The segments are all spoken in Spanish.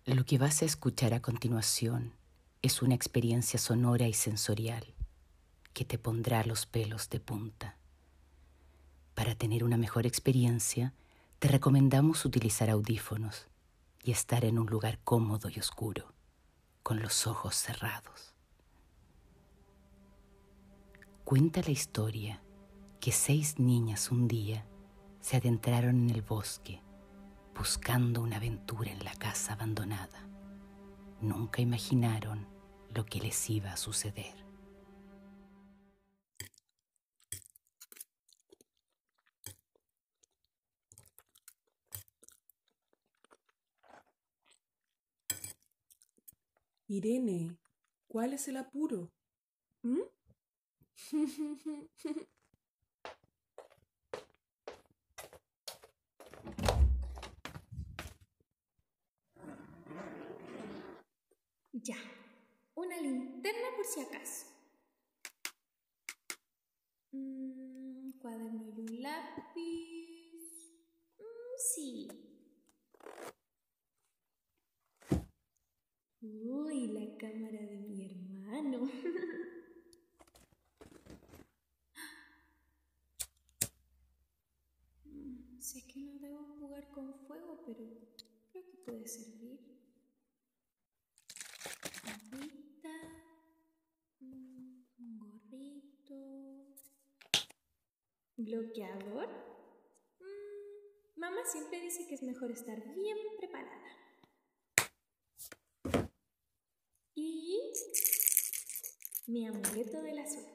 Lo que vas a escuchar a continuación es una experiencia sonora y sensorial que te pondrá los pelos de punta. Para tener una mejor experiencia, te recomendamos utilizar audífonos y estar en un lugar cómodo y oscuro, con los ojos cerrados. Cuenta la historia que 6 niñas un día se adentraron en el bosque buscando una aventura en la casa abandonada. Nunca imaginaron lo que les iba a suceder. Irene, ¿cuál es el apuro? ¿Mm? Ya, una linterna por si acaso. Cuaderno y un lápiz. Sí. Uy, la cámara de mi hermano. Sé que no debo jugar con fuego, pero creo que puede servir. Agüita, un gorrito, bloqueador. Mamá siempre dice que es mejor estar bien preparada. Y mi amuleto de la suerte.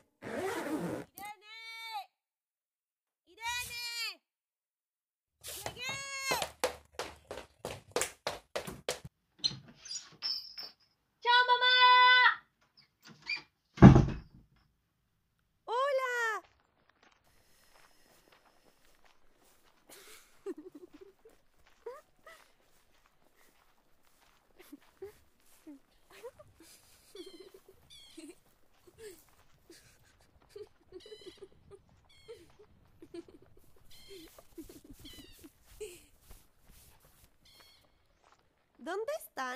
¿Dónde están?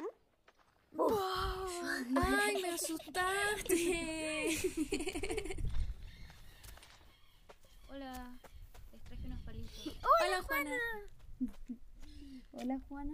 ¡Ay, me asustaste! Hola, les traje unos palitos. Hola, Juana. Hola, Juana.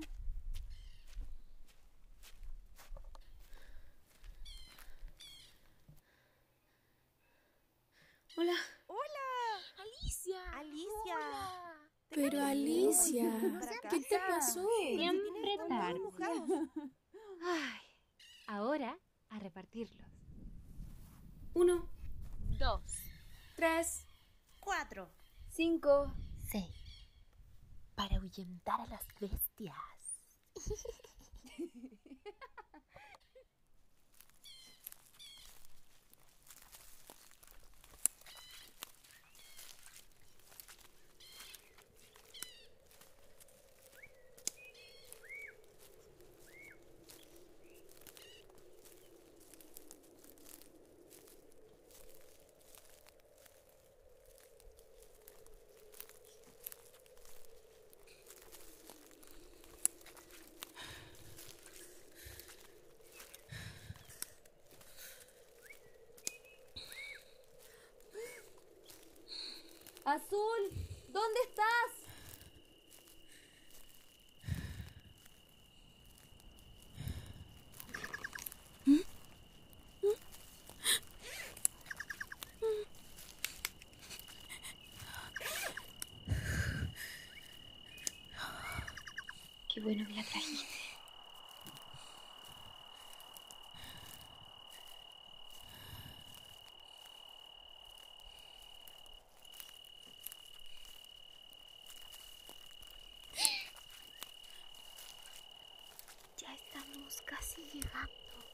Hola. ¡Hola! Alicia. ¡Alicia! Hola. Te Pero cambio. Alicia, Para acá. ¿qué te pasó? Siempre Tienes todos tarde. mojados. Ay, ahora a repartirlos. 1, 2, 3. 4. 5, 6. Para ahuyentar a las bestias. Azul, ¿dónde estás? Qué bueno que la trajiste. Ya estamos casi llegando.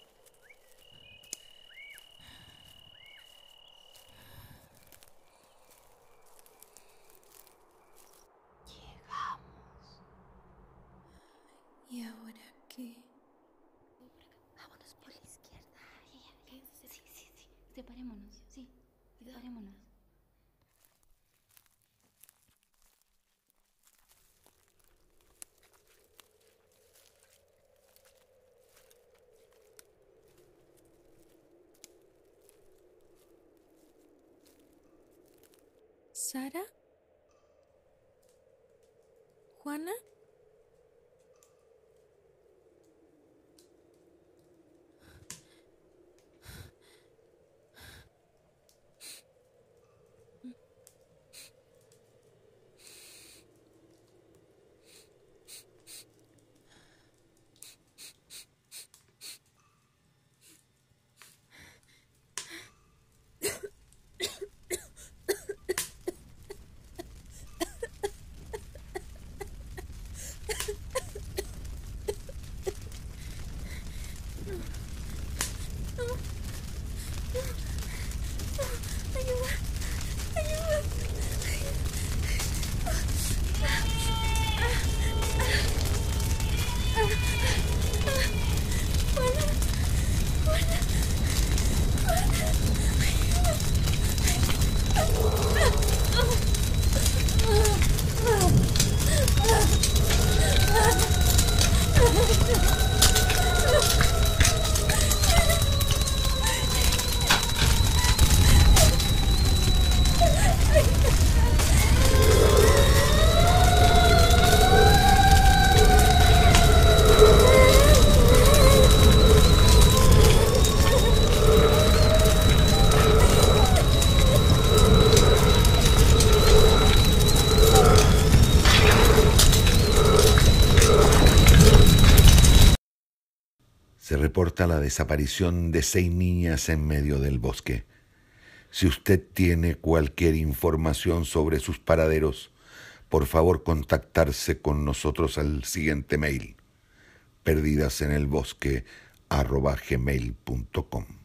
¿Y ahora qué? Vámonos por la izquierda. Sí. Separémonos, sí. Separémonos. ¿Sara? ¿Juana? Se reporta la desaparición de 6 niñas en medio del bosque. Si usted tiene cualquier información sobre sus paraderos, por favor contactarse con nosotros al siguiente mail: perdidasenelbosque@gmail.com.